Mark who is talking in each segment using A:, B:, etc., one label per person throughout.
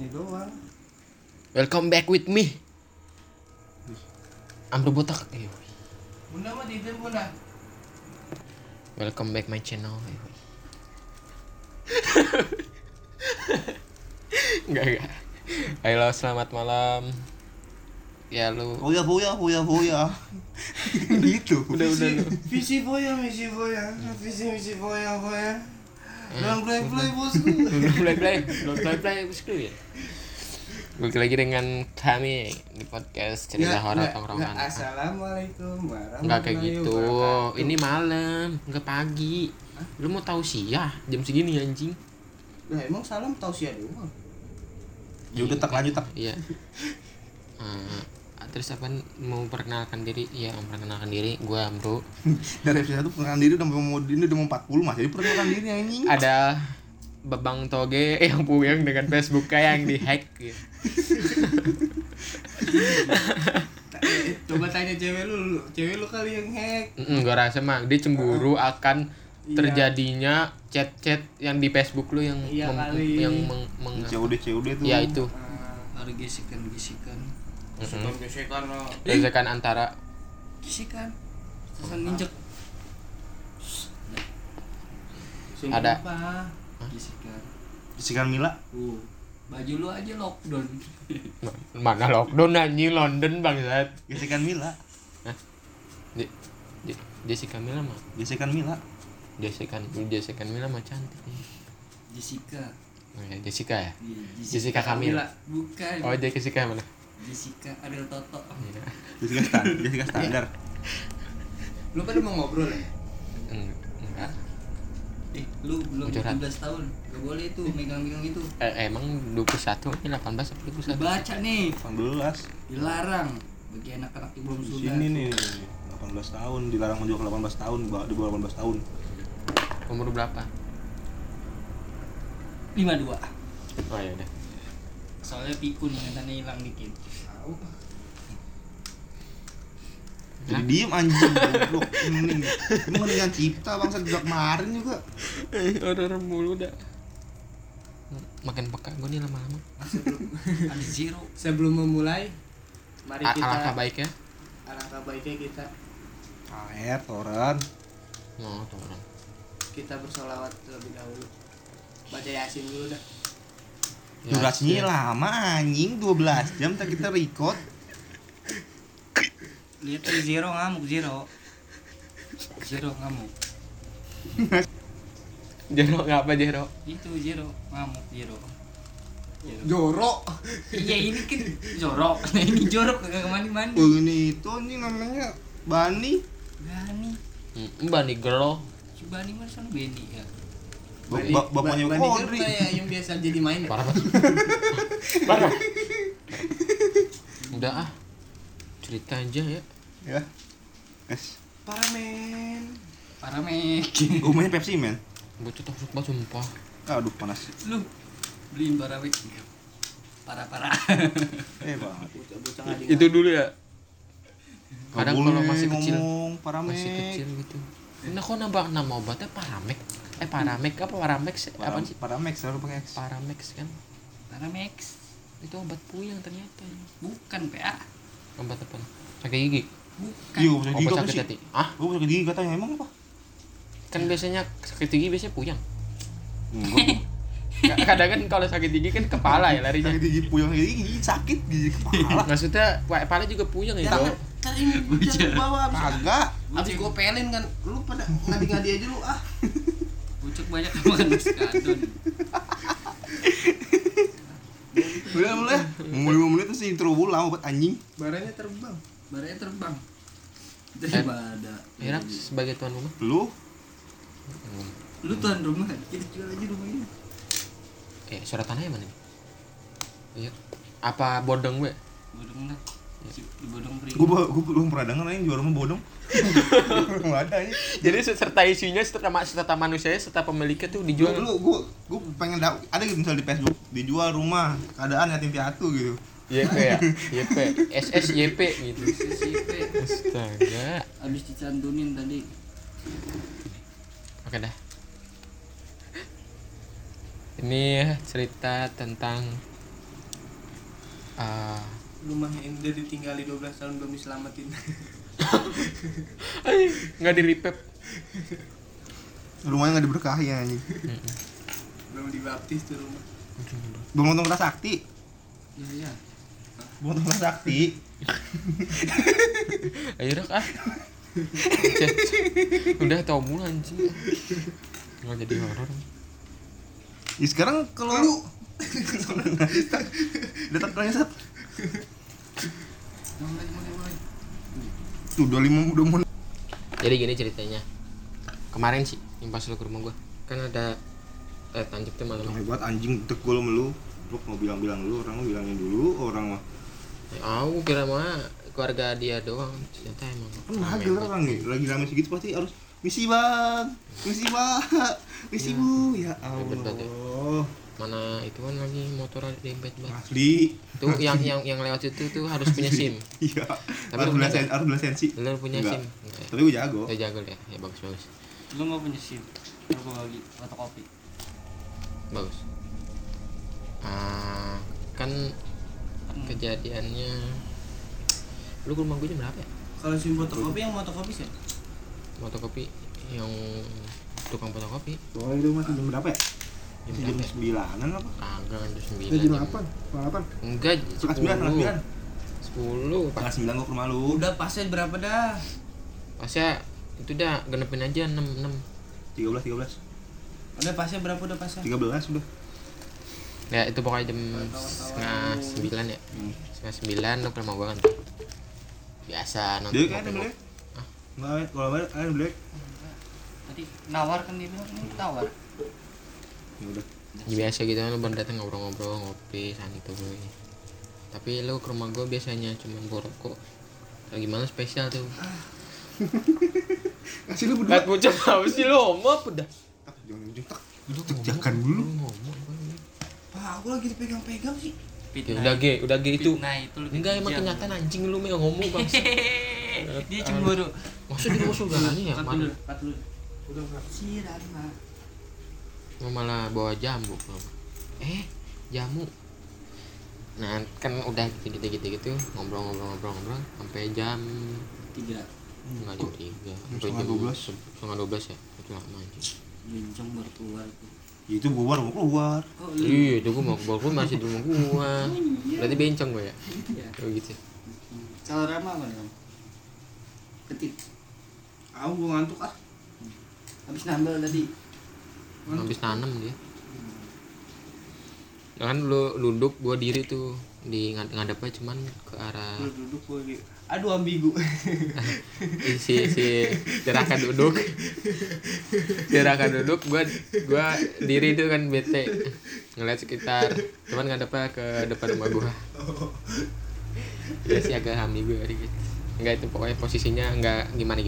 A: ini doang.
B: Welcome back with me. Amro botak.
A: Bunda mah tidur bunda.
B: Welcome back my channel. Enggak. Halo, selamat malam. Ya lu.
C: Boya. Gitu.
B: Udah lu.
A: Visi boya. Don't play bosku.
B: Don't play bosku ya. Balik lagi dengan kami di podcast cerita horor tongkrongan.
A: Assalamualaikum warahmatullahi wabarakatuh.
B: Enggak kayak gitu. Ini malam, enggak pagi. Lu mau tahu siang jam segini anjing?
A: Lah emang salam tausiah doang.
C: Ya udah tak lanjut tak.
B: Iya. Terus apa mau perkenalkan diri? Iya, memperkenalkan diri. Gua Amro.
C: Dari episode 1 perkenalkan diri udah mau 40 Mas. Jadi perkenalkan diri anjing.
B: Ada Babang Toge yang puyeng dengan Facebook kayak yang dihack gitu.
A: Coba tanya cewek lu kali yang hack.
B: Gua rasa mah dia cemburu akan terjadinya chat-chat yang di Facebook lu yang
C: COD tuh.
B: Ya itu.
A: Ada gesekan.
B: Gesekan antara
A: Gesekan. Terusan nginjek.
B: Ada.
A: Apa? Gesekan.
C: Gesekan Mila.
A: Baju lu aja lockdown.
B: mana lockdown anjing London bangsat.
C: Gesekan Mila.
B: Jessica Mila mah.
C: Gesekan Mila.
B: Jessica Mila mah cantik.
A: Jessica.
B: Oh ya, Jessica ya?
A: Iya,
B: Jessica Kamila.
A: Bukan.
B: Oh, Jessica mana?
A: Jessica Adel Toto.
B: Iya.
C: Jessica standar.
A: Lu pada mau ngobrol ya?
B: Enggak.
A: Lu belum
B: Curhat.
A: 17 tahun. Gak boleh itu megang-megang itu.
B: Emang 21 ini 18 atau 21?
A: Baca nih.
C: 18.
A: Dilarang bagi anak-anak yang belum
C: Di
A: sudah.
C: sini nih 18 tahun dilarang menjual ke 18 tahun, di bawah 18 tahun.
B: Umur berapa?
A: 52.
B: Oh ya udah.
A: Soalnya pikun ingatannya hilang dikit. Tahu.
C: Jadi diem anjing goblok. Ini mendingan cipta bangsa udah kemarin juga.
B: Orang mulu dah. Makin peka gue nih lama-lama.
A: Ada zero. Sebelum memulai, mari kita
B: Alangkah baiknya
A: kita
C: Air toran.
B: mau turun.
A: kita bersolawat terlebih dahulu. Baca Yasin dulu dah.
C: Durasinya lama anjing 12 jam tak kita record.
A: Lihat tuh zero ngamuk zero ngamuk.
B: Jero ngapa Jero?
A: Itu zero ngamuk zero.
C: Jorok.
A: Iya ini kan jorok. Nah ini jorok kagak mandi-mandi.
C: Oh ini itu anjing namanya Bani.
A: Bani.
B: Mbak nih girl.
A: Si Bani mah sana Beni ya.
C: Bapaknya Kodri.
A: Yang biasa jadi main.
B: Parah banget. Parah. Udah ah. Cerita aja ya.
C: Ya. Guys,
A: Paramek.
C: gue main Pepsi men.
B: Gue tuh takut banget sumpah.
C: Aduh panas.
A: Lu beliin paramek. Parah.
C: Banget.
B: Itu dulu ya.
C: Kadang
B: Kadang kalau masih kecil
C: Paramek.
B: masih kecil gitu. Nah kok nama obatnya Paramek? Paramek apa Paramex? Apa sih?
C: Paramek selalu pakai X.
B: Paramex kan?
A: Paramex.
B: Itu obat puyeng ternyata.
A: Bukan PA.
B: Obat apa? Sakit gigi.
A: Bukan.
C: Iya, sakit gigi
B: Obat
C: apa
B: sakit
C: sih?
B: hati. Ah,
C: Gue sakit gigi katanya emang apa?
B: kan biasanya sakit gigi biasanya puyeng.
C: Enggak.
B: Kadang kan kalau sakit gigi kan kepala ya larinya.
C: Sakit gigi puyeng gigi sakit gigi kepala.
B: Maksudnya kepala juga puyeng ya, Bro.
A: Kan ini jatuh bawah
C: Kagak.
A: abis gue pelin kan. Lu pada ngadi-ngadi aja lu ah. Bucuk banyak makan skadon.
C: Udah mulai. Mau 5 menit terus intro ulang obat anjing.
A: Baranya terbang. Dari ada.
B: Enak sebagai tuan rumah.
C: Lu
A: Lu tuan rumah, kita jual aja rumah ini.
B: Surat tanahnya mana nih? Iya. Apa bodong gue?
A: Bodong lah. Di bodong beri.
C: gue belum pernah denger anjing jual rumah bodong. Enggak ada anjing.
B: Jadi serta isinya serta manusianya serta pemiliknya tuh dijual.
C: Gue pengen ada gitu misal di Facebook dijual rumah keadaan yatim piatu gitu.
B: YP ya? YP, SSYP gitu.
A: SSYP.
B: Astaga.
A: Habis dicantumin tadi.
B: Oke dah. Ini cerita tentang
A: Rumah yang udah ditinggali 12 tahun belum diselamatin.
B: Nggak di repap.
C: Rumahnya nggak diberkahi ya anjing.
A: Belum dibaptis tuh rumah.
C: Belum nonton Keras Sakti.
A: Iya.
C: Belum nonton Keras Sakti.
B: Ayo dah ah. Udah tau mulu anjing. Nggak jadi horor.
C: Ya sekarang kalau lu datang ke Sat.
A: Mulai.
C: Tuh 25 udah mau.
B: Jadi gini ceritanya. Kemarin sih yang pas lu ke rumah gua kan ada Tanjep tuh malam.
C: Hebat anjing tekul melu. Lu mau bilang-bilang dulu, orang mau bilangin dulu, orang mah.
B: Aku kira mah keluarga dia doang, ternyata emang.
C: Kan lagi orang nih, lagi rame segitu pasti harus misi bang, misi pak, misi bu, ya
B: Ribet banget ya.
C: Allah.
B: Mana itu kan lagi motor dempet banget.
C: Asli.
B: Tuh yang lewat situ tuh harus punya SIM.
C: Iya.
B: Tapi
C: Harus
B: lu
C: beli
B: punya
C: harus beli sensi.
B: Lu punya
C: Enggak.
B: SIM. Enggak ya?
C: Tapi gue jago.
B: Lu jago deh. Ya bagus.
A: Lu enggak punya SIM. Aku lagi fotokopi.
B: Bagus. Kan kejadiannya lu ke rumah gue jam berapa ya?
A: Kalau SIM fotokopi yang fotokopi sih.
B: Fotokopi yang tukang fotokopi
C: Soalnya itu masih jam berapa ya?
B: jam
C: Jam
B: berapa ya?
C: 9-an apa?
B: Kagak jam 9
C: Jam 8.
B: Enggak,
C: Setengah 9.
B: 10
C: Setengah 9 gue ke rumah lu.
A: Udah pasnya berapa dah?
B: Pasnya itu dah genepin aja 6
C: 13.
A: Udah pasnya berapa udah pasnya?
C: 13 udah.
B: Ya itu pokoknya jam setengah 9 ya. Setengah 9 lu ke rumah gua kan. Biasa nonton.
C: Dia kan ada black. Enggak, kalau ada black.
A: Tadi nawar kan dia bilang ini tawar.
C: Ya udah.
B: Ya, biasa gitu kan lu baru datang ngobrol-ngobrol, ngopi santai boy. Tapi lu ke rumah gua biasanya cuma bawa rokok. Lagi mana spesial tuh.
C: Kasih lu berdua.
B: Kat bocah apa sih lu ngomong apa dah?
C: Jangan ujung tak.
B: Udah
C: Tejakan dulu.
B: ngomong.
A: Pak, aku lagi dipegang-pegang sih.
B: Ya, udah ge itu.
A: Itu
B: Enggak emang kenyataan anjing lu mah ngomong bang.
A: Dia cemburu.
B: Maksud dia musuh galanya ya?
A: Cut
B: Mana?
A: dulu. Udah enggak. Si Rama.
B: Mau malah bawa jamu belum? Jamu. Nah kan udah gitu ngobrol sampai jam
A: 3.
B: enggak jam 3 sampai
C: Setengah 12.
B: setengah 12 ya itu lama anjing.
A: Bencong baru keluar tuh.
C: Ya itu gua mau keluar.
A: Oh,
B: Iya itu gua mau masih di rumah gua. Berarti bencong gua ya?
A: Iya.
B: Oh gitu.
A: Kalau Rama apa nih? Ketit. Aku gua ngantuk ah. Habis nambal tadi.
B: Habis nanam dia. Kan lu duduk gua diri tuh di ngadepnya cuman ke arah
A: Lu duduk gua gitu. Aduh ambigu.
B: si gerakan duduk gua diri tuh kan bete ngeliat sekitar cuman ngadepnya ke depan rumah gua. Ya sih agak ambigu dikit. Enggak itu pokoknya posisinya enggak gimana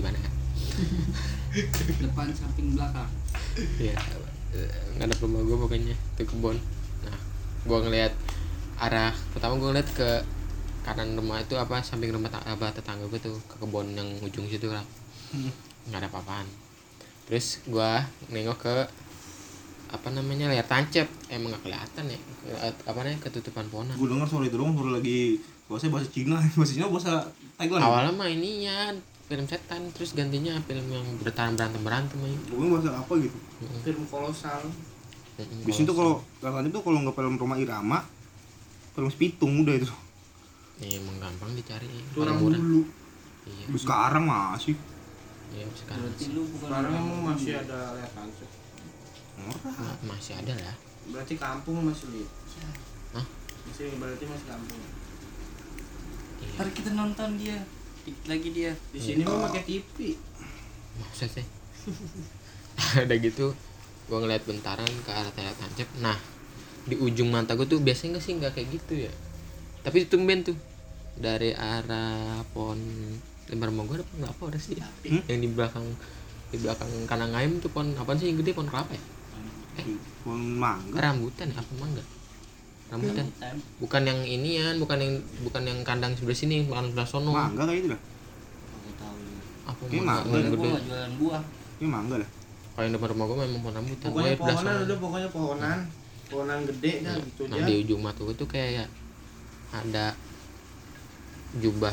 A: Depan samping belakang.
B: ya ngadep rumah gua pokoknya itu kebun. Nah gua ngeliat arah pertama gua ngeliat ke kanan rumah itu apa samping rumah tetangga gue tuh ke kebun yang ujung situ lah. Nggak ada apa-apaan. Terus gua nengok ke apa namanya layar tancap emang nggak kelihatan ya apa namanya ketutupan pohonan.
C: Gue denger sore itu dong sore lagi bahasa Cina bahasa Thailand.
B: Awalnya mah ininya film setan terus gantinya film yang berantem aja.
C: Gue bahasa apa gitu.
A: Film kolosal.
C: Di sini tuh kalau katanya tuh kalau nggak film Roma Irama, film Spitung udah itu.
B: Iya emang gampang dicari.
C: Orang
B: paling murah.
C: dulu.
B: Iya.
C: Sekarang masih
B: Iya sekarang
A: Berarti
B: sih.
A: lu bukan
D: Sekarang
A: orang
D: emang
A: dulu.
D: masih ada layar tancap.
C: murah.
B: Masih ada lah.
D: Berarti kampung masih lihat.
B: Hah?
D: Berarti masih kampung.
B: Iya.
A: Ntar kita nonton dia. Dikit lagi dia.
D: Di sini mah pakai TV.
B: Masa sih? Udah gitu gua ngeliat bentaran ke arah layar tancap. Nah di ujung mata gua tuh biasanya nggak kayak gitu ya. Tapi tumben tuh dari arah pohon lembar rumah gua ada pohon apa udah sih? Yang di belakang kanan ngaim tuh pohon apa sih yang gede pohon kelapa ya?
C: Pohon mangga.
B: Rambutan ya? Apa mangga? Rambutan. Bukan yang inian, bukan yang kandang sebelah sini, bukan sebelah sono.
C: Mangga kayak itu dah.
A: Aku tahu.
B: Apa
C: Kayak
B: mangga?
C: mangga.
B: Yang
A: Gua
B: gede.
A: nggak jualan buah.
C: Ini mangga lah.
B: Kalau yang depan rumah gua memang pohon rambutan.
D: Pokoknya
B: Sebelah
D: pohonan
B: sono.
D: udah pokoknya pohonan gede dah gitu
B: Nah
D: aja.
B: di ujung mata gua tuh kayak ada jubah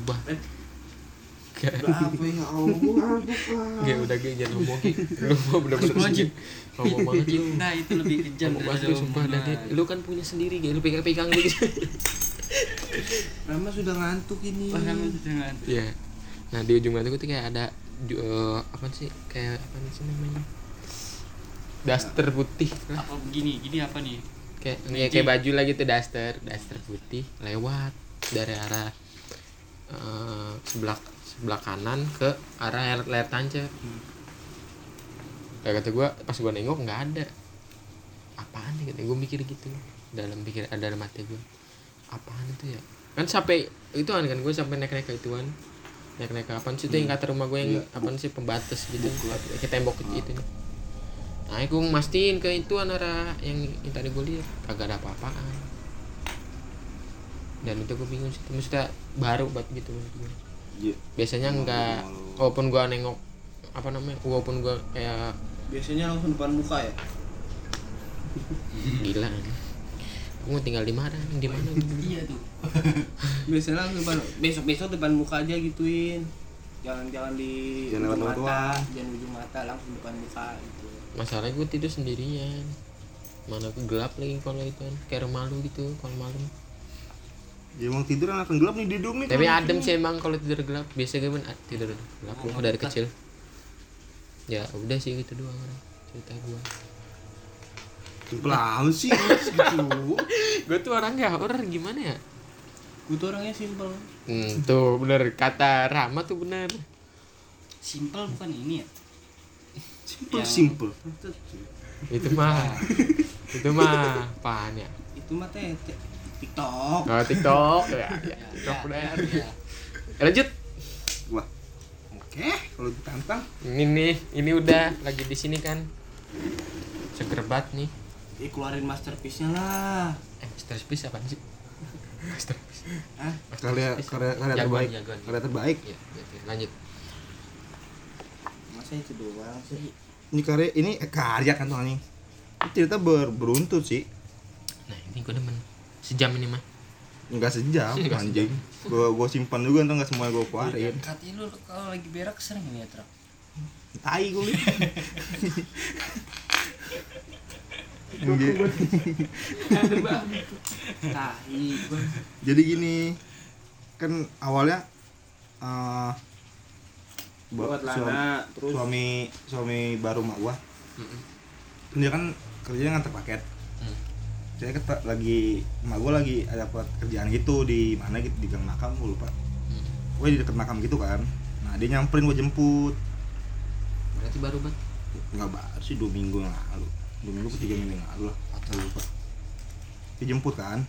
D: Udah apa ya Allah, gue ngantuk lah.
B: Gak udah gak jangan ngomong Ki. Lu mau bener-bener
A: Wajib.
B: ngomong banget lu.
A: Nah itu lebih kejam
B: Ngomong banget lu sumpah dan lu kan punya sendiri gak lu pegang-pegang gitu.
D: Rama sudah ngantuk ini.
A: Wah kamu dengan
B: Iya. Nah di ujung batu itu kayak ada apa sih kayak apa sih namanya? Daster putih lah.
A: apa begini apa nih?
B: Kayak ya, kayak baju lah gitu daster putih lewat dari arah sebelah kanan ke arah layar tancap. Kayak kata gue pas gue nengok nggak ada apaan nih kata gue mikir gitu dalam hati gue apaan itu ya kan sampai itu kan gue sampai naik ke ituan naik apaan sih itu yang kata rumah gue yang apaan sih pembatas gitu kayak tembok itu nih. Nah gue mastiin ke ituan arah yang tadi gue lihat kagak ada apa-apaan dan itu gue bingung sih maksudnya baru buat gitu maksud gue. Biasanya enggak walaupun gua nengok apa namanya walaupun gua kayak
D: Biasanya langsung depan muka ya.
B: gila aku mau tinggal di mana
A: Iya tuh.
D: Biasanya langsung besok depan muka aja gituin. Jangan di
C: Jangan
D: ujung
C: lewat
D: mata,
C: doang.
D: jangan ujung mata, langsung depan muka gitu.
B: masalahnya gue tidur sendirian mana gelap lagi kalau itu kan kayak rumah lu gitu kalau malam
C: Ya emang tidur akan gelap nih di hidung nih.
B: tapi
C: kalau
B: adem
C: gitu.
B: sih emang kalau tidur gelap biasa gue tidur gelap gua dari kecil ya udah sih gitu doang cerita gue
C: Simpel amat sih gitu.
B: gue tuh orangnya horor gimana ya
D: Gue tuh orangnya simpel.
B: tuh bener kata Rama tuh bener
A: Simple bukan ini ya?
C: Simpel.
B: itu mah apaan ya
D: Itu mah tete. TikTok.
B: oh TikTok ya TikTok bener lanjut
C: Wah. Oke, kalau ditantang
B: ini udah lagi di sini kan seger banget nih
D: Keluarin masterpiece-nya lah.
B: masterpiece apaan sih masterpiece
D: Hah?
C: karya terbaik.
B: Jagoan.
C: Karya terbaik.
B: ya lanjut
D: Masa itu doang sih?
C: Ini karya kan tuh anjing. Ini cerita beruntut sih.
B: nah ini gue demen sejam ini mah
C: Enggak sejam anjing. Gua simpan juga entar enggak semuanya gua keluarin.
A: Katanya lu kalau lagi berak sering ini ya Truk?
C: Tai gua.
D: Tahi.
C: Jadi gini, kan awalnya
D: Buat Lana, terus
C: suami baru mak gua. Dia kan kerjanya nganter paket. Saya lagi emak gue lagi ada dapat kerjaan gitu di mana gitu di gang makam gue lupa. Gue di deket makam gitu kan. Nah dia nyamperin gue jemput.
B: berarti baru banget
C: Enggak baru sih 2 minggu yang lalu. 2 minggu ke 3 minggu yang lalu lah. Gue lupa. Dia jemput kan.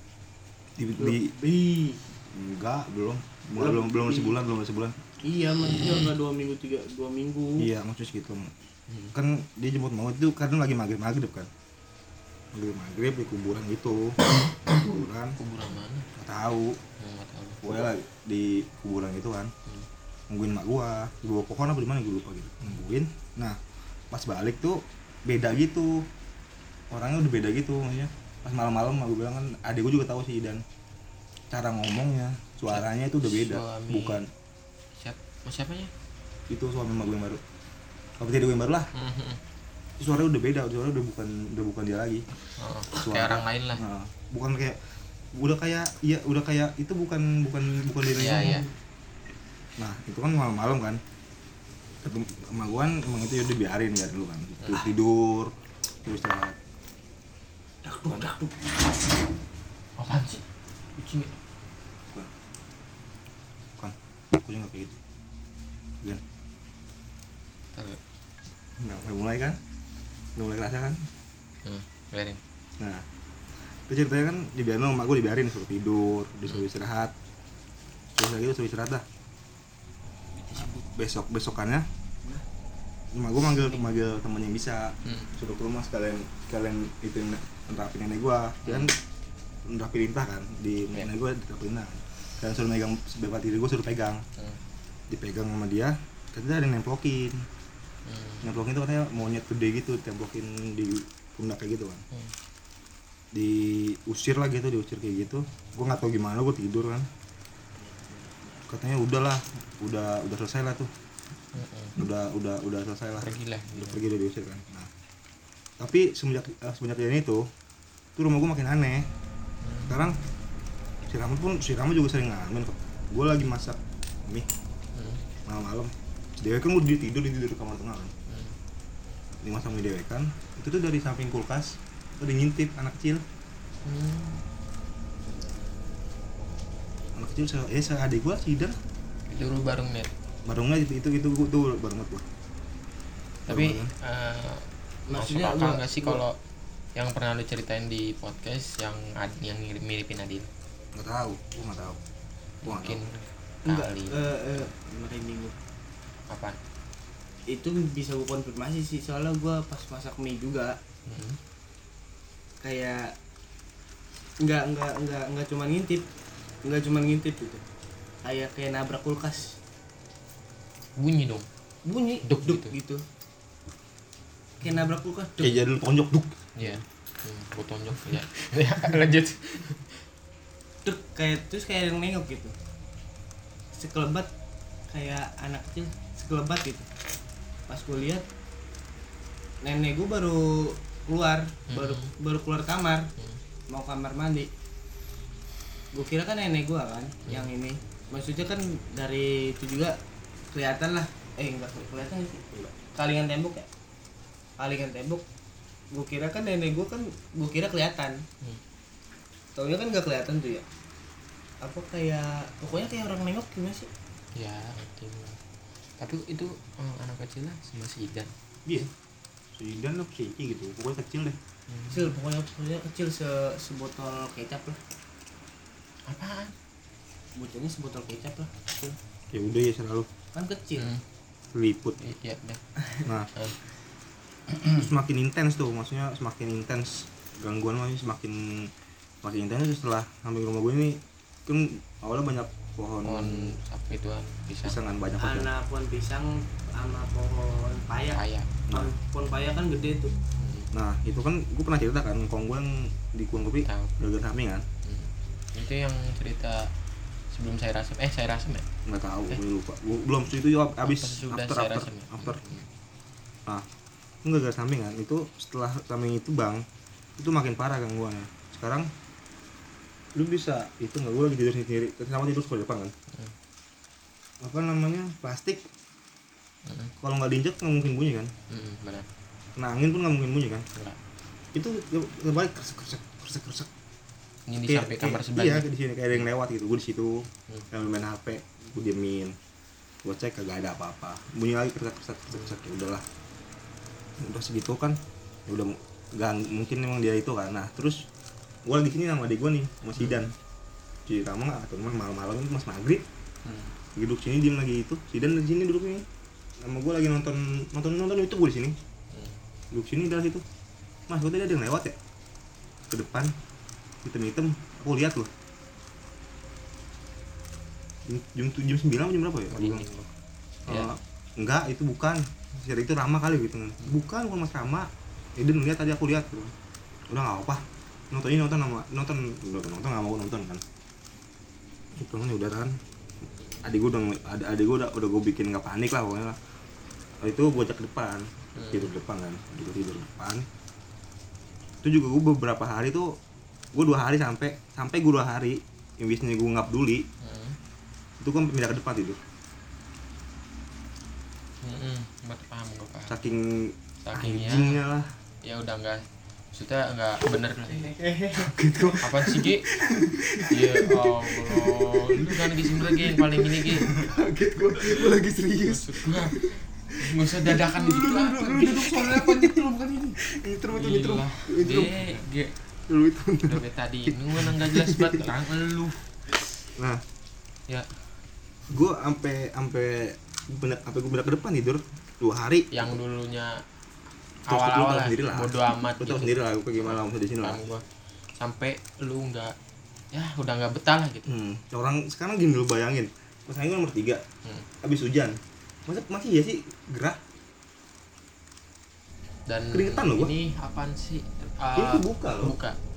C: Enggak belum sebulan.
D: iya maksudnya enggak 2 minggu 2 minggu.
C: Iya maksudnya segitu. Kan dia jemput mau itu karena lagi maghrib kan. Maghrib di kuburan gitu.
B: kuburan mana
C: Nggak tahu.
B: nggak tahu
C: Gue lagi di kuburan gitu kan. Nungguin mak gua di bawah pohon apa di mana gue lupa gitu. Nungguin. Nah, pas balik tuh beda gitu. Orangnya udah beda gitu maksudnya. Pas malam-malam mak gue bilang kan adik gue juga tahu sih dan cara ngomongnya, suaranya itu udah beda.
B: Suami.
C: Bukan
B: siapanya
C: itu suami mak gue yang baru. Apa tidak gue yang baru lah. Suaranya udah beda, suaranya udah bukan dia lagi.
B: kayak orang lain lah
C: Nah, bukan kayak udah kayak itu bukan dia
B: Iya,
C: yang
B: iya.
C: ngomong. Nah itu kan malam-malam kan ketemu sama gua kan emang itu udah biarin dulu kan tidur terus istirahat.
D: Dak.
B: apaan sih kucing
C: Kan aku juga kayak gitu kan udah mulai kan udah mulai kerasa kan.
B: biarin
C: Nah itu ceritanya kan dibiarin sama gue dibiarin disuruh tidur disuruh istirahat terus lagi disuruh istirahat dah. Besokannya emak gue manggil temen yang bisa suruh ke rumah sekalian itu nerapi nenek gue kan nerapi lintah kan di nenek gue nerapi lintah kan suruh megang beberapa diri gue suruh pegang dipegang sama dia katanya ada yang nemplokin itu katanya monyet gede gitu templokin di pundak kayak gitu kan diusir lah gitu, diusir kayak gitu. Gue nggak tahu gimana, gue tidur kan, katanya udahlah, udah selesai lah tuh, udah selesai lah,
B: Pergi lah
C: udah
B: gitu.
C: pergi, udah diusir kan. Nah tapi semenjak kejadian itu tuh rumah gue makin aneh. Sekarang si Rama juga sering ngamen kok. Gue lagi masak mie malam-malam, si Dewe kan gue tidur di kamar tengah kan, dimasak mie Dewe kan, itu tuh dari samping kulkas tuh ada ngintip anak kecil. Anak kecil adik gue si Dan
B: Itu lu baru ngeliat.
C: barungnya itu tuh baru banget gue.
B: Tapi
D: Maksudnya
B: masuk akal
D: lu-
B: nggak sih kalau yang pernah lu ceritain di podcast yang miripin Adil?
C: Nggak tahu, gue nggak tahu.
B: Mungkin
D: enggak
B: kali.
D: merinding gua.
B: Apa?
D: Itu bisa gue konfirmasi sih, soalnya gue pas masak mie juga kayak nggak cuma ngintip gitu, kayak nabrak kulkas,
B: Bunyi dong.
D: bunyi
B: Duk
D: duk
B: gitu.
D: gitu, kayak nabrak kulkas duk.
C: Kayak jadul tonjok duk.
B: Iya. Gua tonjok ya. Lanjut.
D: Duk, kayak terus kayak yang nengok gitu, sekelebat kayak anak kecil sekelebat gitu. Pas gue lihat nenek gue baru keluar, baru keluar kamar, mau kamar mandi. Gue kira kan nenek gue kan yang ini, maksudnya kan dari itu juga kelihatan lah, enggak kelihatan sih, kalingan tembok ya, kalingan tembok. Gue kira kan nenek gue kan, gue kira kelihatan, taunya kan nggak kelihatan tuh ya, apa kayak pokoknya kayak orang nengok gimana sih.
B: Ya, itu. Tapi itu anak kecil lah sama si Idan.
C: Iya, si Dan apa si Iki gitu, pokoknya kecil deh.
D: Kecil, pokoknya kecil sebotol kecap lah,
B: Apaan?
D: bocahnya sebotol kecap lah, kecil.
C: Ya udah ya selalu
D: Kan kecil.
C: liput.
B: Iya, dah.
C: Nah semakin intens tuh, maksudnya semakin intens gangguan mah semakin intens setelah samping rumah gue ini kan awalnya banyak pohon
B: Apa itu pisang.
C: pisang kan, banyak banget.
D: Anak pohon pisang sama pohon paya.
B: Kayak.
D: Pohon paya kan gede tuh.
C: Nah itu kan gue pernah cerita kan, kong gue yang di Kuang Kopi
B: Tahu.
C: gagal samping kan.
B: Itu yang cerita sebelum saya rasem. Saya rasem ya?
C: Nggak tahu, gue lupa. Gue belum itu abis
B: Sudah
C: after
B: saya rasem ya?
C: Nah itu gagal samping kan, itu setelah samping itu bang, itu makin parah gangguannya. Sekarang lu bisa itu nggak, gue lagi tidur sendiri, sama tidur sekolah depan kan, apa namanya, plastik, kalau nggak diinjek nggak mungkin bunyi kan,
B: Benar.
C: kena angin pun nggak mungkin bunyi kan,
B: Enggak.
C: itu terbalik kresek.
B: Ini di samping kamar sebelah.
C: Iya, di sini kayak ada yang lewat gitu, gue di situ yang main HP, gue diemin, gue cek kagak ada apa-apa, bunyi lagi kresek, ya udahlah, udah segitu kan, ya udah nggak mungkin emang dia itu kan. Nah terus gue lagi sini sama adik gue nih, sama si Dan, si Rama nggak, atau malam-malam itu mas maghrib, duduk sini diem lagi itu, si Dan di sini duduk nih, sama gue lagi nonton itu, gue di sini, duduk sini dari situ, mas gue tadi ada yang lewat ya, ke depan, hitam, aku lihat loh, jam 9 jam berapa ya? Aku bilang,
B: Ya.
C: Enggak, itu bukan, jadi itu Rama kali gitu kan, bukan mas Rama, Eden lihat tadi, aku lihat, udah nggak apa, nonton nggak mau nonton kan, itu kan udah kan, adik gue udah gue bikin nggak panik lah pokoknya lah. Itu gue ajak ke depan, tidur depan kan, tidur depan, itu juga gue beberapa hari tuh, gue 2 hari sampai gue 2 hari yang biasanya gue nggak peduli, itu gue pindah ke depan tidur,
B: Paham gue paham.
C: saking
B: Sakingnya
C: anjingnya lah.
B: ya udah enggak, maksudnya enggak bener lah gitu. Apaan sih Ki? Ya Allah, lu kan di sini lagi yang paling ini Ki.
C: Kaget gue lagi serius.
B: Maksud gua nggak usah dadakan gitu lah.
D: Duduk soalnya apa nyetrum kan ini.
C: Intro
B: Gila. Ge
C: dulu itu.
B: udah kayak tadi ini mana nggak jelas banget lang lu.
C: Nah
B: Ya
C: gue sampai gue bener ke depan tidur 2 hari.
B: yang dulunya
C: Terus
B: awal-awal lah
C: sendiri lah,
B: bodo amat
C: lu tau
B: gitu.
C: sendiri lah gue gimana langsung di sini lah.
B: Paham gua. Sampai lu nggak, ya udah nggak betah lah gitu.
C: Orang sekarang gini, lu bayangin, Mas Aing nomor 3 habis hujan, masih ya sih gerah.
B: Dan
C: Keringetan loh gua.
B: ini apaan sih?
C: Ini buka loh.
B: Buka.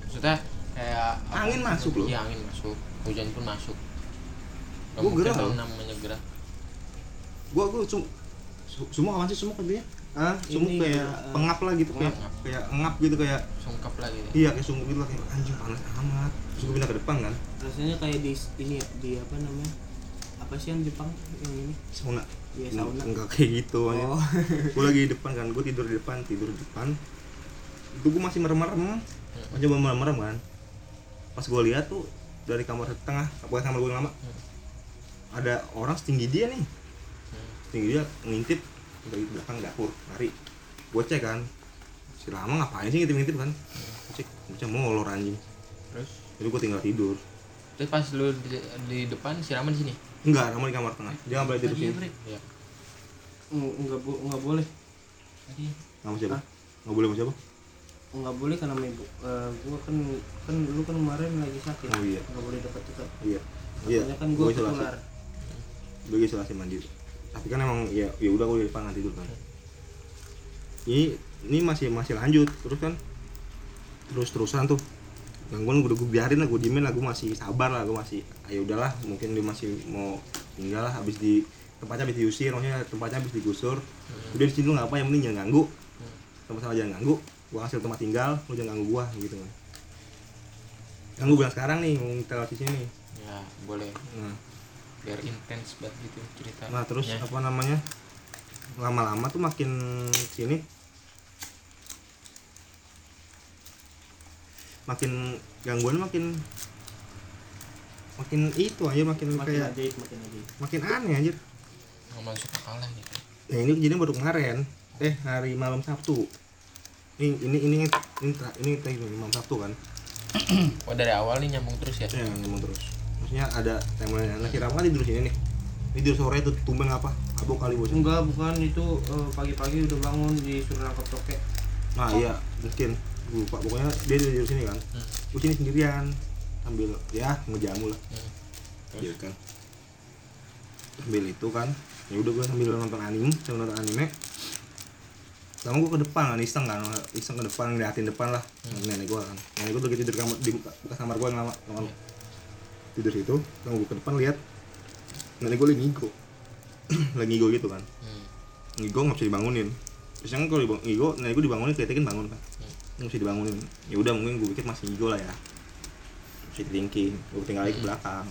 B: Maksudnya kayak
C: Angin masuk loh.
B: Iya, angin masuk, hujan pun masuk. Gak
C: Gua
B: mungkin
C: gerah
B: dong
C: loh.
B: namanya gerah.
C: Gua semua kapan sih semua katanya? Sumuk
D: Ini,
C: kayak pengap lah gitu, kayak
B: Pengap.
C: kayak ngap gitu, kayak
B: Sungkap lah gitu.
C: iya kayak sumuk gitu lah, kayak anjing panas amat. Terus gue pindah ke depan kan,
D: rasanya kayak di ini ya, di apa namanya, apa sih yang Jepang yang ini,
C: sauna.
D: iya sauna.
C: Enggak kayak gitu.
D: Oh.
C: Gue lagi di depan kan, gue tidur di depan. Itu gue masih merem-merem, masih merem-merem kan. Pas gue lihat tuh dari kamar tengah, bukan kamar gue yang lama, ada orang setinggi dia nih, setinggi dia ngintip dari belakang dapur, lari. Gue cek kan, si lama ngapain sih ngintip-ngintip kan? Cek, bocah molor anjing.
B: Terus
C: Jadi gue tinggal tidur.
B: terus pas lu di depan siraman di sini.
C: Enggak, Rama di kamar tengah. Dia nggak boleh tidur
B: Iya,
C: sini.
B: Bre. Iya.
D: Nggak boleh,
B: Tadi
C: Sama siapa?
D: Hah?
C: Nggak boleh sama siapa?
D: nggak boleh karena ibu, gua kan lu kan kemarin lagi sakit,
C: Oh iya.
D: nggak boleh dekat-dekat.
C: Iya.
D: Makanya kan gua
C: isolasi.
D: keluar.
C: Gue isolasi mandiri. Tapi kan emang ya udah gue di depan nggak tidur kan. Ini masih lanjut terus kan. Terus-terusan tuh. Gangguan gue biarin lah, gue diemin lah, gue masih sabar lah, gue masih ayo udahlah, mungkin dia masih mau tinggal lah, habis di tempatnya habis diusir, maksudnya tempatnya habis digusur. Udah di sini lu ngapa, yang penting jangan ganggu. Sama-sama jangan ganggu. Gue kasih tempat tinggal, lu jangan ganggu gua gitu kan. Yang gue bilang sekarang nih, mau kita di sini.
B: ya boleh
C: Nah,
B: biar intens banget gitu cerita.
C: nah terus apa namanya? Lama-lama tuh makin sini makin gangguan makin itu aja makin kayak makin aneh anjir.
B: nggak masuk akal lah gitu.
C: Nah ini kejadian baru kemarin, hari malam Sabtu. Ini malam Sabtu kan?
B: Oh dari awal nih nyambung terus ya.
C: Ya ngomong terus. Maksudnya ada timeline anak kira kan tidur sini nih. Ini tidur sore tuh tumben apa? Abok kali bos.
D: Enggak, bukan itu, pagi-pagi udah bangun disuruh nangkep tokek.
C: Nah iya mungkin gue lupa, pokoknya dia tidur sini kan. Gue sini sendirian sambil ya ngejamu lah. Gitu kan. Sambil itu kan. Ya udah gue sambil nonton anime. Lama gue ke depan kan, iseng ke depan, ngeliatin depan lah. Nenek gue kan, nenek gue lagi tidur di bekas kamar gue yang lama. Tidur situ, lalu gue ke depan lihat nenek gue lagi ngigo. Lagi ngigo gitu kan. Ngigo nggak bisa dibangunin. Biasanya kalau ngigo, nenek gue dibangunin, kelihatan bangun kan. Nggak bisa dibangunin. Ya udah mungkin gue pikir masih ngigo lah ya. Bisa ditingking. Gue tinggal lagi ke belakang.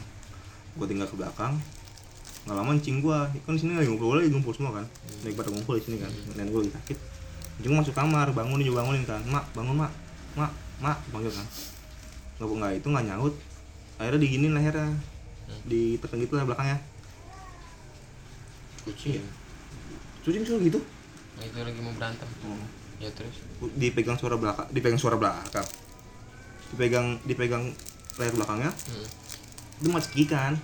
C: Nggak lama encing gue, kan sini lagi ngumpul semua kan. Lagi pada ngumpul di sini kan. Nenek gue lagi sakit. Encing masuk kamar, bangunin kan. Mak, bangun mak, panggil kan. Nggak itu nggak nyaut. Akhirnya diginin lehernya, ditekan gitu lah belakangnya.
B: Kucing.
C: Kucing suruh gitu.
B: Nah, itu lagi mau berantem. Ya terus
C: Dipegang suara belakang. Dipegang leher belakangnya. Itu mau cekikan.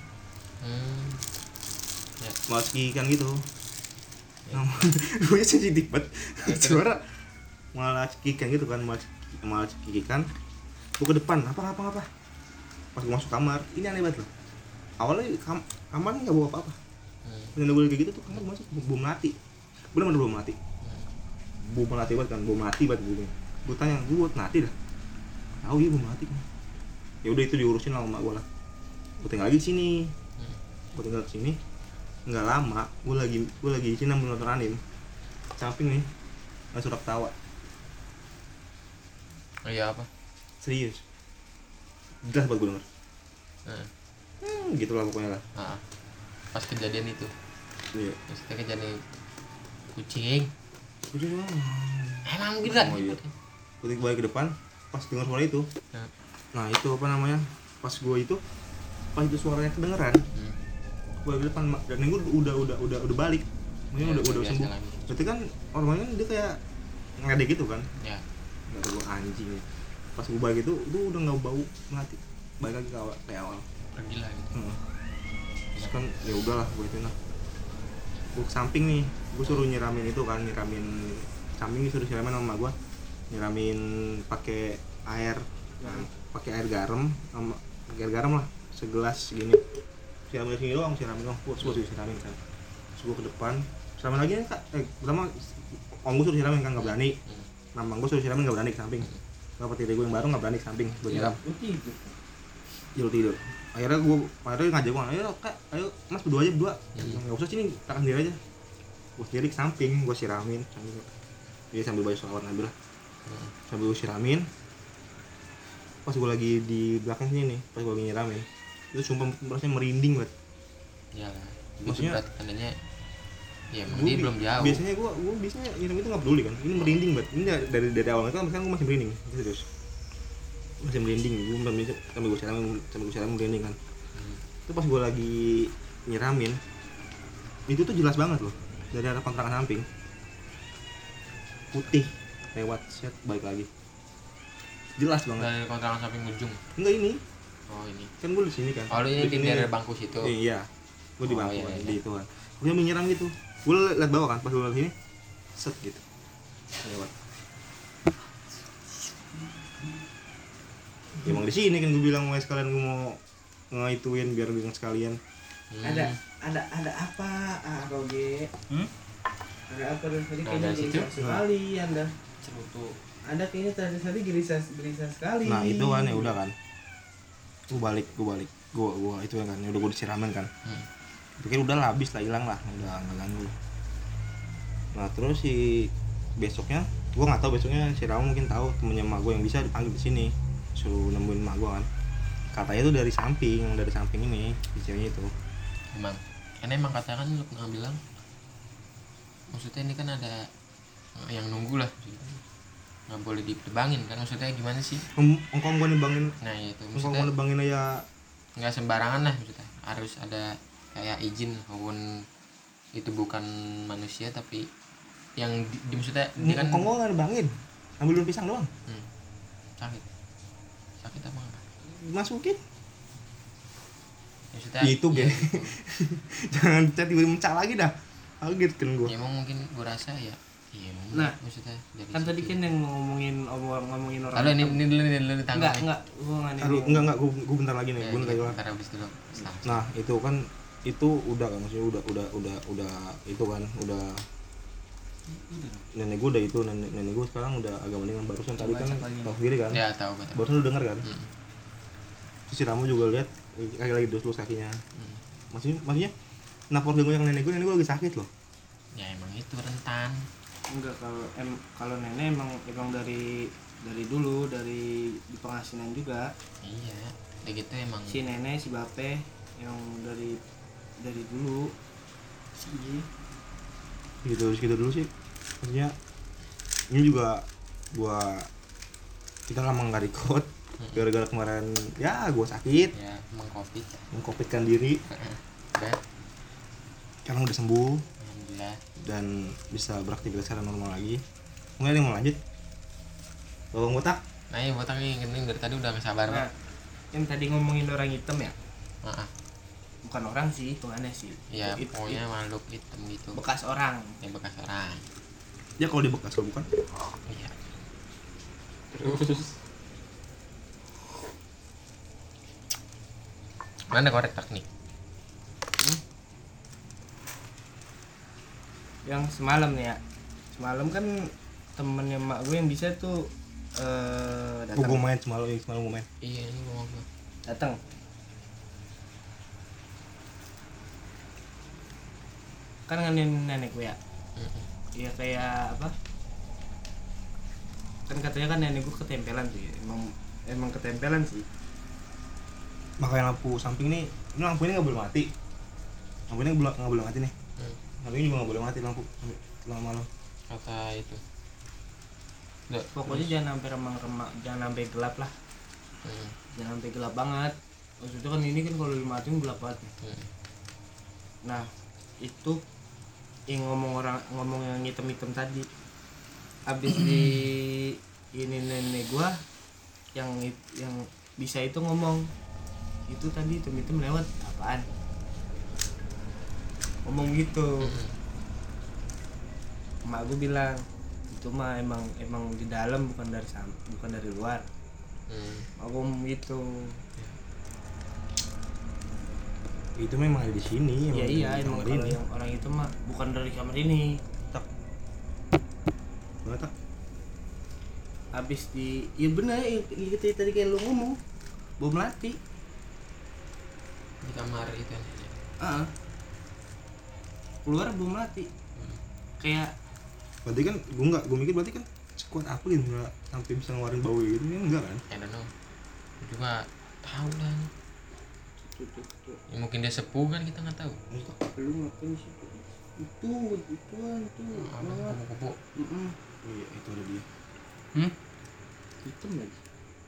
B: Ya.
C: Mau cekikan gitu. Gue sensitif banget. Suara malah cekikan gitu kan, malah cekikan. Gue ke depan, apa. Pas gue masuk kamar, ini aneh banget loh. Awalnya kamar nggak bawa apa-apa. Bener boleh kayak gitu tuh, kamar masuk bom mati. Bener-bener bom mati. Bom mati banget kan, bom mati banget bunyi. Gue tanya, gue buat mati dah. Tahu iya bom mati kan. Ya udah itu diurusin lah sama gue lah. Gue tinggal lagi di sini. Nggak lama, gue lagi di sini nonton anime. Samping nih, ada suara ketawa.
B: Oh iya apa?
C: Serius. Jelas buat gue denger.
B: Nah,
C: Gitulah pokoknya lah.
B: pas kejadian itu.
C: Iya.
B: Maksudnya kejadian kucing.
C: Udah doang.
B: Emang gila.
C: Oh iya. Gue balik ke depan, pas denger suara itu. Nah itu apa namanya? Pas itu suaranya kedengeran. Gue ke depan dan gue udah balik. Maksudnya udah sembuh. Berarti kan orangnya dia kayak ngedek gitu kan.
B: Ya.
C: Nggak tahu gue anjing. Pas gue balik itu udah nggak bau mati. Balik lagi kayak awal.
B: Pergi lah gitu.
C: Terus kan ya udahlah gue itu nah. Gue ke samping nih, gue suruh nyiramin samping disuruh nyiramin sama gue. Nyiramin pakai air garam lah, segelas gini. Siramin sini doang, siramin kan. Terus gue ke depan, siramin lagi nih kak. Pertama om gue suruh siramin kan nggak berani. Namang gue suruh siramin nggak berani ke samping. Bapak tiri gue yang baru nggak berani ke samping gue nyiram.
D: Lu tidur.
C: Tidur. Akhirnya ngajak gue, ayo mas berdua aja berdua. Nggak usah sini, kita sendiri aja. Gue sendiri ke samping, gue siramin. Sambil baca sholawat Nabi lah. Sambil gue siramin. Pas gue lagi di belakang sini nih, pas gue lagi nyiramin, itu sumpah rasanya merinding banget.
B: Iyalah.
C: Maksudnya
B: berarti tandanya ya emang dia belum jauh.
C: Biasanya gue biasanya nyiram itu nggak peduli kan. Ini merinding banget. Ini dari awal itu kan gue masih merinding. Terus masih merinding. Gue sambil gue siramin merinding kan. Itu pas gue lagi nyiramin, itu tuh jelas banget loh. Dari arah kontrakan samping putih lewat set balik lagi. Jelas banget.
B: Dari kontrakan samping ujung.
C: Enggak ini.
B: Oh ini.
C: Kan gue di sini kan.
B: Oh lu yang di
C: sini.
B: daerah bangku situ.
C: Iya. Gue di
B: Oh,
C: bangku
B: iya.
C: di itu kan. Gue sambil nyiram gitu. Gue liat bawah kan, pas gue liat sini set gitu. Lewat. Ya, emang di sini kan gue bilang mau sekalian gue mau ngaituin biar dengan sekalian.
D: Ada apa? Roge. Ada apa dari tadi
B: Nah,
D: kayaknya
B: dari situ?
D: gelisah sekali Anda.
B: Cerutu.
D: Anda kayaknya tadi gelisah sekali.
C: Nah itu kan ya udah kan. Gue balik. Gue itu kan ya udah gue disiramin kan. Pikir udah lah habis lah, hilang lah, udah nggak ganggu. Nah terus si besoknya, gue nggak tahu besoknya si Rama mungkin tahu temennya emak gue yang bisa dipanggil di sini, suruh nemuin emak gue kan. Katanya itu dari samping ini, di ceweknya itu.
B: Emang katanya kan lu pernah bilang, maksudnya ini kan ada yang nunggu lah, nggak boleh ditebangin kan, maksudnya gimana sih?
C: Engkong gue nebangin,
B: Nah itu
C: engkong gue
B: maksudnya
C: nebangin aja.
B: nggak sembarangan lah, maksudnya harus ada kayak izin, walaupun itu bukan manusia tapi yang maksudnya dia kan
C: Engkong gue nggak nebangin, ambil daun pisang doang,
B: sakit apa apa?
C: masukin.
B: Maksudnya
C: Itu
B: ya,
C: gak, jangan cat tiba-tiba mencah lagi dah. Kaget kan gue.
B: ya emang mungkin gue rasa ya, iya emang
D: Nah,
B: maksudnya dari
D: Kan tadi
B: situ.
D: kan yang ngomongin orang.
B: Halo, ini dulu tanggal.
D: Enggak, gua enggak
C: Aduh, enggak, gue bentar lagi nih, gue bentar lagi.
B: Bentar habis dulu.
C: Nah itu kan itu udah kan, maksudnya udah itu kan udah nenek gue udah itu nenek gue sekarang udah agak mendingan. Barusan tadi kan tahu sendiri kan,
B: Ya tahu betul.
C: barusan lu denger kan. Terus si Ramu juga lihat kaki lagi dus kakinya. Maksudnya napor yang nenek gue lagi sakit loh.
B: Ya emang itu rentan.
D: Enggak, kalau nenek emang dari dulu dari di pengasinan juga.
B: Iya. Kayak gitu emang.
D: Si nenek, si bape yang dari dulu.
C: Gitu dulu sih. Maksudnya ini juga kita lama nggak record gara-gara kemarin ya gue sakit,
B: Ya mengkopi.
C: mengcovidkan diri.
B: Udah.
C: Sekarang udah sembuh
B: Alhamdulillah.
C: dan bisa beraktivitas secara normal lagi. Mungkin ada yang mau lanjut? Bawang botak?
B: Nah ya botak nih gini dari tadi udah gak sabar.
D: Nah, yang tadi ngomongin orang hitam ya,
B: Heeh.
D: bukan orang sih, itu aneh sih.
B: Ya
D: Itu
B: pokoknya makhluk hitam gitu.
D: bekas orang.
B: Ya bekas orang.
C: Ya kalau di bekas, kalau bukan
B: Iya. Terus mana korek tak nih?
D: Yang semalam nih ya, semalam kan temennya mak gue yang bisa tuh
C: gue
D: datang.
C: main semalam gue main.
B: Iya ini ngomong gua.
D: Datang. Kan nganin nenek gue ya. Iya kayak apa? Kan katanya kan nenek gue ketempelan tuh ya. Emang ketempelan sih.
C: Makanya lampu samping ini lampu ini nggak boleh mati. Lampu ini nggak boleh mati nih. Lampu ini juga nggak boleh mati lampu malam.
B: Kata itu. Udah,
D: Pokoknya jangan sampai remang-remang, jangan sampai gelap lah. Jangan sampai gelap banget. Maksudnya kan ini kan kalau dimatiin gelap banget. Nah, itu yang ngomong yang hitam-hitam tadi. Habis di ini nenek gua yang bisa itu ngomong. Itu tadi hitam-hitam lewat apaan? Ngomong gitu. Emak gue bilang itu mah emang di dalam bukan dari luar. Aku ngomong gitu.
C: Itu memang ada di sini.
D: Iya emang kalau yang orang itu mah bukan dari kamar ini.
C: Tak.
D: habis ya bener ya tadi kayak lu ngomong bom melati.
B: Di kamar itu
D: Heeh. Keluar bom melati. Kayak
C: Berarti kan gue mikir berarti kan sekuat apa gitu nggak sampai bisa ngeluarin bau gitu kan enggak kan?
B: I don't know. Gua juga tahu lah.
D: tuh.
B: Ya, mungkin dia sepuh kan kita nggak tahu.
D: Lu ngapain sih? Ituan tuh.
B: Apa kupu-kupu?
C: Iya itu ada dia.
D: Hitam lagi.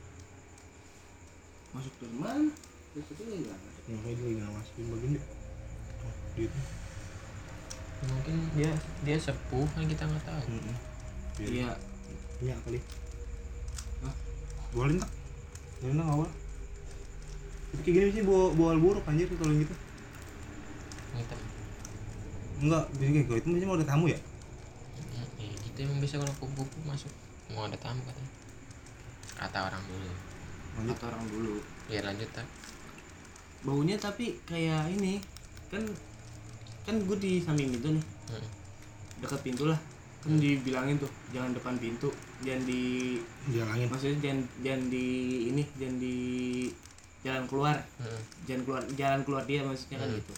D: Masuk dari mana? Itu lagi enggak.
C: Makanya dia lagi nggak masukin bagian deh. Oh, dia tuh.
B: Mungkin dia sepuh kan kita nggak tahu.
D: Iya.
C: Minyak kali.
D: Hah?
C: Boleh tak? Boleh awal. Tapi kayak gini sih bawa buruk anjir kalau gitu.
B: Hitam.
C: Enggak, biasanya kalau itu biasanya mau ada tamu ya?
B: Ya, gitu emang bisa kalau kupu-kupu masuk mau ada tamu katanya. Kata orang dulu.
C: Lanjut.
D: Kata orang dulu.
B: Ya lanjut tak.
D: Baunya tapi kayak ini kan gue di samping itu nih, dekat pintu lah. Kan dibilangin tuh jangan depan pintu, jangan di
C: Jalangin.
D: maksudnya jangan di ini, jangan di jalan keluar, jalan keluar dia maksudnya kan gitu.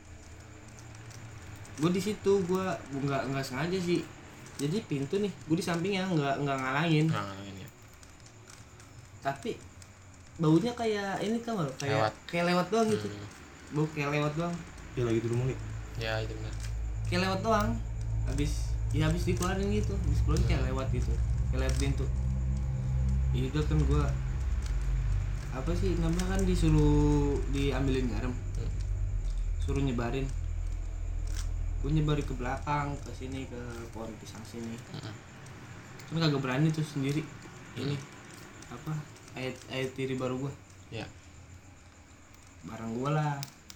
D: Gue di situ gue nggak sengaja sih, jadi pintu nih gue di sampingnya nggak ngalangin,
B: Ngalangin ya.
D: tapi baunya kayak ini tau gak, kayak lewat doang gitu. Bau kayak lewat doang,
C: Ya lagi di rumah nih.
B: Ya itu benar.
D: kayak lewat doang, habis dikeluarin gitu, dikeluarin kayak lewat gitu, kayak lewat pintu. Itu kan gue apa sih namanya, kan disuruh diambilin garam, suruh nyebarin. Gue nyebarin ke belakang, ke sini, ke pohon pisang sini. Kan kagak berani tuh sendiri. Ini apa, air tiri baru gue,
B: Ya.
D: barang gue lah.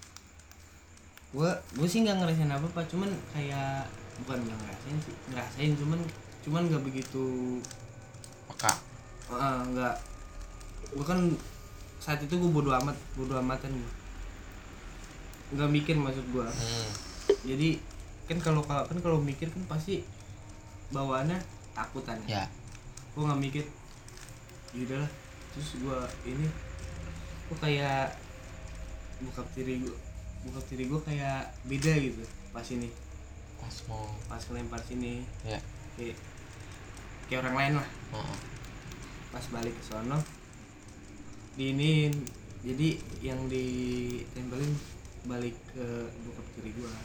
D: Gue sih nggak ngerasain apa, cuman kayak bukan nggak ngerasain sih, ngerasain cuman nggak begitu
B: Peka.
D: nggak. Gue kan saat itu gue bodo amatan gue, nggak mikir maksud gue. Jadi kan kalau mikir kan pasti bawaannya takutan.
B: Ya.
D: Gue nggak mikir, yaudah lah. Terus gue kayak buka tiri gue kayak beda gitu pas ini, pas ngelempar sini.
B: Ya.
D: Kayak orang lain lah. Pas balik ke sono diinin, jadi yang ditempelin balik ke bokap tiri gue.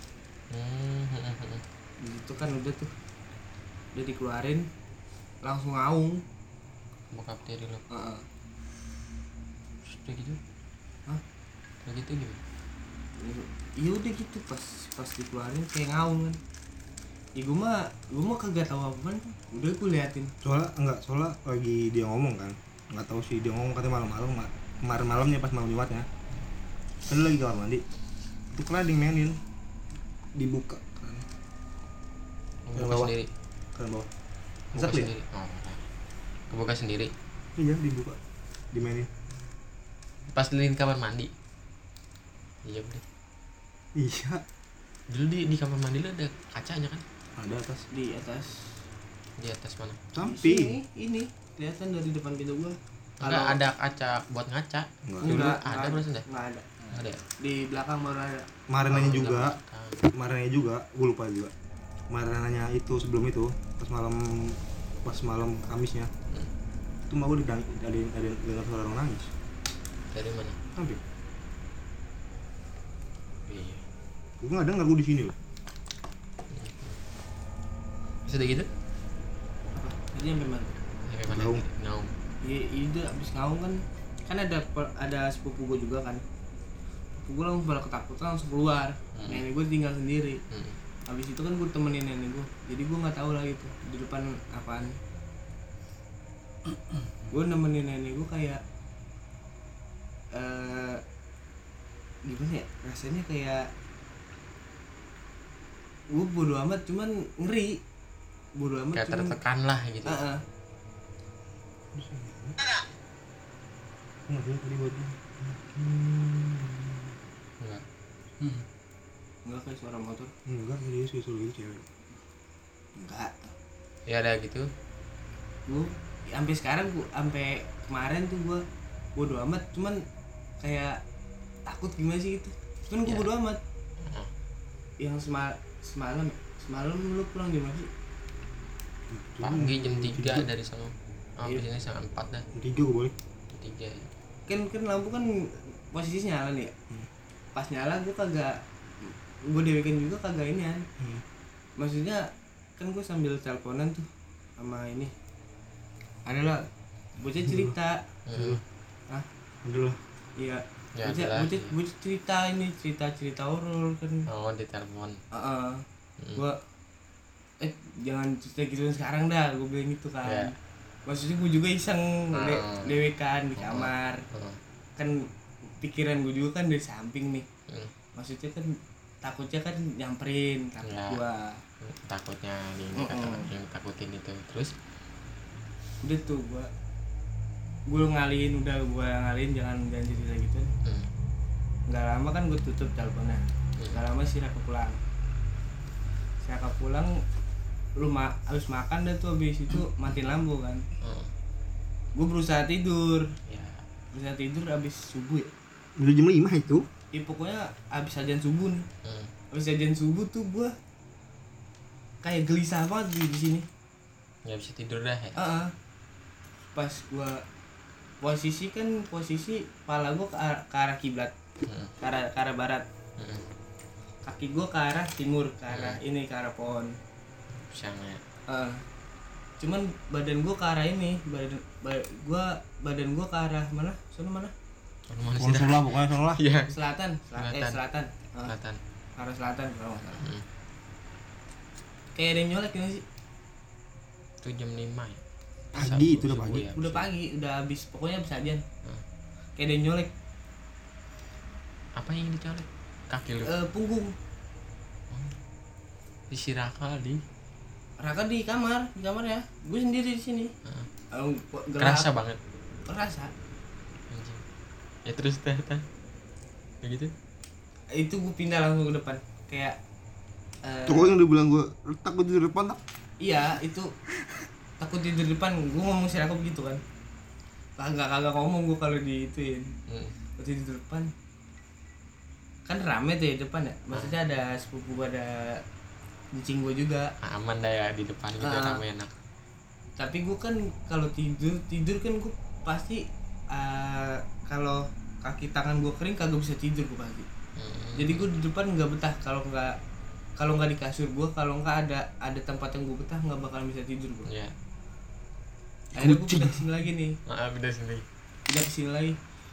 D: Di situ kan udah dikeluarin langsung ngaung.
B: Bokap tiri lo. Terus udah gitu.
D: Hah?
B: Udah gitu gimana?
D: Iya udah gitu, pas dikeluarin kayak ngaung kan. Ya gue mah kagak tahu apa-apaan. Udah gue liatin.
C: Soalnya lagi dia ngomong kan, nggak tahu sih dia ngomong katanya kemarin malamnya pas malam Jumatnya. Kan lagi kamar mandi, itu kan ada yang mainin, dibuka kan.
B: Kebuka sendiri.
C: Kan bawah.
B: Kebuka
C: Exactly.
B: sendiri. Kebuka sendiri.
C: Iya dibuka, dimainin.
B: Pas di kamar mandi. Iya bener.
C: Iya.
B: Dulu di kamar mandi lo ada kacanya kan?
C: Ada atas.
D: Di atas.
B: Di atas mana?
C: Samping.
D: Ini kelihatan dari depan pintu gua.
B: Enggak ada kaca buat ngaca. Dulu ada berarti enggak?
D: Enggak ada.
B: Ada ya?
D: Di belakang baru ada.
C: Kemarinnya juga,
B: Belakang.
C: gue lupa juga. Kemarinnya itu sebelum itu pas malam Kamisnya. Itu mau ada dengar suara orang nangis.
B: Dari mana?
C: Samping.
B: Iya.
C: Gue nggak dengar, gue di sini loh.
B: Bisa udah gitu?
D: Jadi sampai mana?
B: Sampai mana?
C: Naung.
B: Naung.
D: Iya, itu abis ngaung kan ada sepupu gua juga kan. Sepupu gua langsung pada ketakutan langsung keluar. Nenek gua tinggal sendiri. Habis itu kan gua temenin nenek gua. Jadi gua nggak tahu lah gitu di depan apaan. Gua nemenin nenek gua kayak gimana ya? Rasanya kayak gua bodo amat, cuman ngeri. Bodo amat
B: Kayak
D: cuman
B: tertekan lah gitu.
C: Nggak ada tadi buat
B: Enggak.
D: enggak kayak suara motor.
C: enggak, dia susul gitu cewek.
D: Enggak.
B: Ya ada gitu.
D: Gue sampai sekarang sampai kemarin tuh gue bodo amat, cuman kayak takut gimana sih gitu, cuman gue
B: Ya.
D: bodo amat. Yang semalam lu pulang jam berapa sih?
B: Pagi jam 3 dari sana. Sampai
D: Iya.
B: sini setengah 4 dah.
C: 3 gue boleh.
B: 3 ya.
D: Kan lampu kan posisinya nyala nih ya. Pas nyala gue dewekin juga kagak ini kan. Maksudnya kan gue sambil teleponan tuh sama ini, adalah bocah cerita. Ah
C: Udah lah.
D: iya,
B: Ya,
D: bocah cerita ini, cerita horor kan.
B: Oh, di telepon.
D: Gue jangan cerita gitu sekarang dah, gue bilang gitu kan.
B: Ya.
D: Maksudnya gue juga iseng dewekan di kamar. Kan pikiran gue juga kan dari samping nih. Maksudnya kan takutnya kan nyamperin, takut
B: Ya.
D: gua.
B: Takutnya ini kata yang takutin itu. Terus
D: Udah tuh gua ngalihin jangan cerita gitu. Nggak lama kan gue tutup teleponnya. Nggak lama si Raka pulang lu harus makan dah tuh, habis itu matiin lampu kan. Gue berusaha tidur
B: ya
D: habis subuh ya.
C: Udah jam 5 itu.
D: Ya pokoknya habis ajan subuh nih. Habis ajan subuh tuh gue kayak gelisah banget di sini.
B: nggak bisa tidur dah ya.
D: Pas gue posisi kepala gue ke arah kiblat, ke arah barat. Kaki gue ke arah timur, ke arah ini, ke arah pohon.
B: Siangnya
D: Cuman badan gue ke arah ini, badan gue ke arah mana? Sono mana?
B: mana sih dah?
C: Salah pokoknya salah.
B: Iya.
D: Selatan.
B: Selatan.
D: Arah selatan kalau nggak salah. Kayak ada yang nyolek gak sih?
B: Itu jam 5 ya.
C: Pagi itu udah
B: Subuh
C: pagi.
B: ya,
D: Udah
B: subuh.
D: pagi, udah habis, pokoknya habis ajan. Kayak ada yang nyolek
B: Apa yang dicolek? Kaki lu.
D: punggung.
B: Di Siraka di.
D: Raka di kamar ya. Gue sendiri di sini. Gelap.
B: Kerasa banget.
D: Kerasa.
B: Anjing. Ya terus teh. Kayak gitu.
D: Itu gue pindah langsung ke depan. Kayak
C: Tuh kok yang dia bilang gue takut di depan tak?
D: iya, itu takut tidur di depan. Gue ngomong si Raka begitu kan. Kagak ngomong gue kalau diituin. Waktu tidur depan. Kan rame tuh ya depan ya. Maksudnya ada sepupu, ada kucing gue juga.
B: Aman dah ya di depan gitu rame enak.
D: Tapi gue kan kalau tidur kan gue pasti kalau kaki tangan gue kering kagak bisa tidur gue pasti. Jadi gue di depan nggak betah kalau nggak di kasur gue, kalau nggak ada tempat yang gue betah nggak bakalan bisa tidur gue.
B: Iya.
D: Akhirnya gue pindah kesini lagi nih,
B: Udah sini.
D: pindah kesini lagi.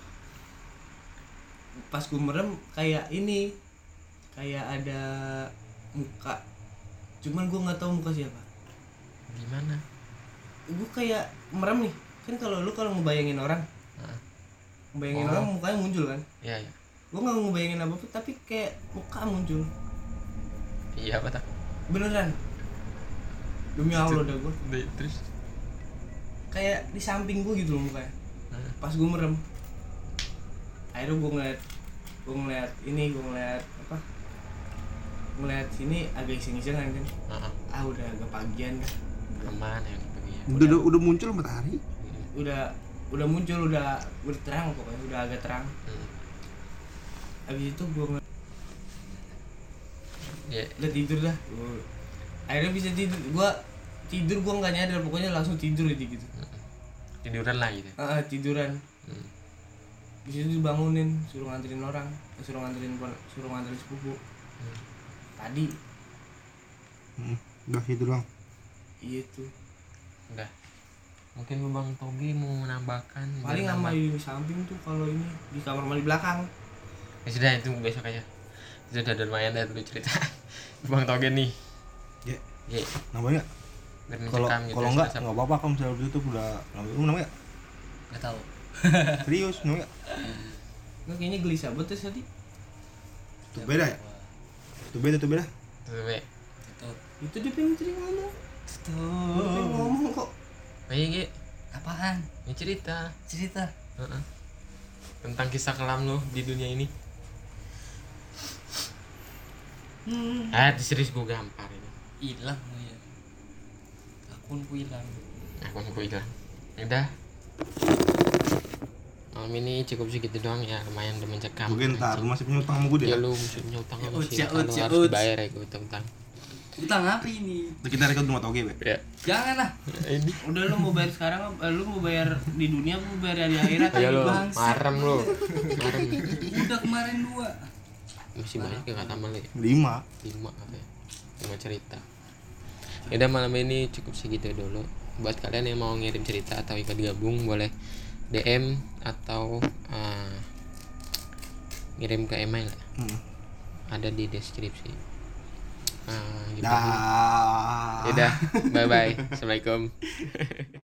D: Pas gue merem kayak ini, kayak ada muka, cuman gue nggak tahu muka siapa.
B: Gimana?
D: Gue kayak merem nih, kan kalau ngebayangin orang, orang mukanya muncul kan.
B: Iya.
D: Gue nggak ngebayangin apa-apa, tapi kayak muka muncul.
B: Iya apa tak?
D: Beneran, demi Allah dah gue
B: Terus
D: kayak di samping gue gitu loh mukanya. Pas gue merem, akhirnya gue ngeliat sini agak iseng-isengan kan. Udah agak pagian kan.
B: aman yang pergi ya.
C: Udah muncul matahari.
D: Udah muncul, udah terang pokoknya, udah agak terang. Habis itu gue
B: Ya.
D: udah tidur dah. Akhirnya bisa tidur. Gue nggak nyadar, pokoknya langsung tidur aja gitu.
B: Tiduran lah gitu.
D: Tiduran. Bisa dibangunin, suruh nganterin sepupu. Tadi.
C: Udah gitu doang.
D: Iya tuh.
B: Udah. Mungkin Bang Togi mau menambahkan.
D: Paling sama di samping tuh, kalau ini di kamar mandi belakang.
B: Ya sudah, itu besok aja. Itu udah lumayan dah dulu cerita. Bang Togi nih.
C: Ya. Namanya
B: Biar
C: kalau
B: mencekam gitu.
C: kalau enggak apa-apa kalau misalnya di YouTube udah namanya
D: Nggak tahu.
C: serius namanya.
D: Nggak, kayaknya gelisah banget tadi.
C: Itu beda ya? Itu beda.
B: Tuh, Be.
D: Itu dia pengen ngomong. Dia pengen ngomong kok.
B: Ayo, Ge.
D: Apaan?
B: Ini cerita.
D: Cerita.
B: Tentang kisah kelam lo di dunia ini. Serius gue gampar ini.
E: Hilang ya, akunku hilang.
B: Aku hilang. Udah. Malam ini cukup segitu doang ya, lumayan udah mencekam.
C: Mungkin ntar lu masih punya utang sama gue deh.
B: Ya lu maksudnya utang sama sih.
A: Uts,
B: Kalau
A: uts,
B: harus
A: uts.
B: dibayar ya gue utang.
A: Utang apa ini?
C: Kita record rumah toge, Be.
B: Ya.
A: Jangan lah.
B: Ini.
D: Udah lu mau bayar sekarang, lu mau bayar di dunia, mau bayar di akhirat.
B: Ya lu,
A: Bangsa.
B: marem lu. Marem.
A: Udah kemarin 2.
B: Masih banyak ya kata malu ya.
C: 5.
B: 5 katanya. 5 cerita. Yaudah malam ini cukup segitu dulu. Buat kalian yang mau ngirim cerita atau ikut gabung boleh DM atau ngirim ke email ya. Ada di deskripsi. Gitu.
C: Dah.
B: Yaudah, bye bye. Assalamualaikum.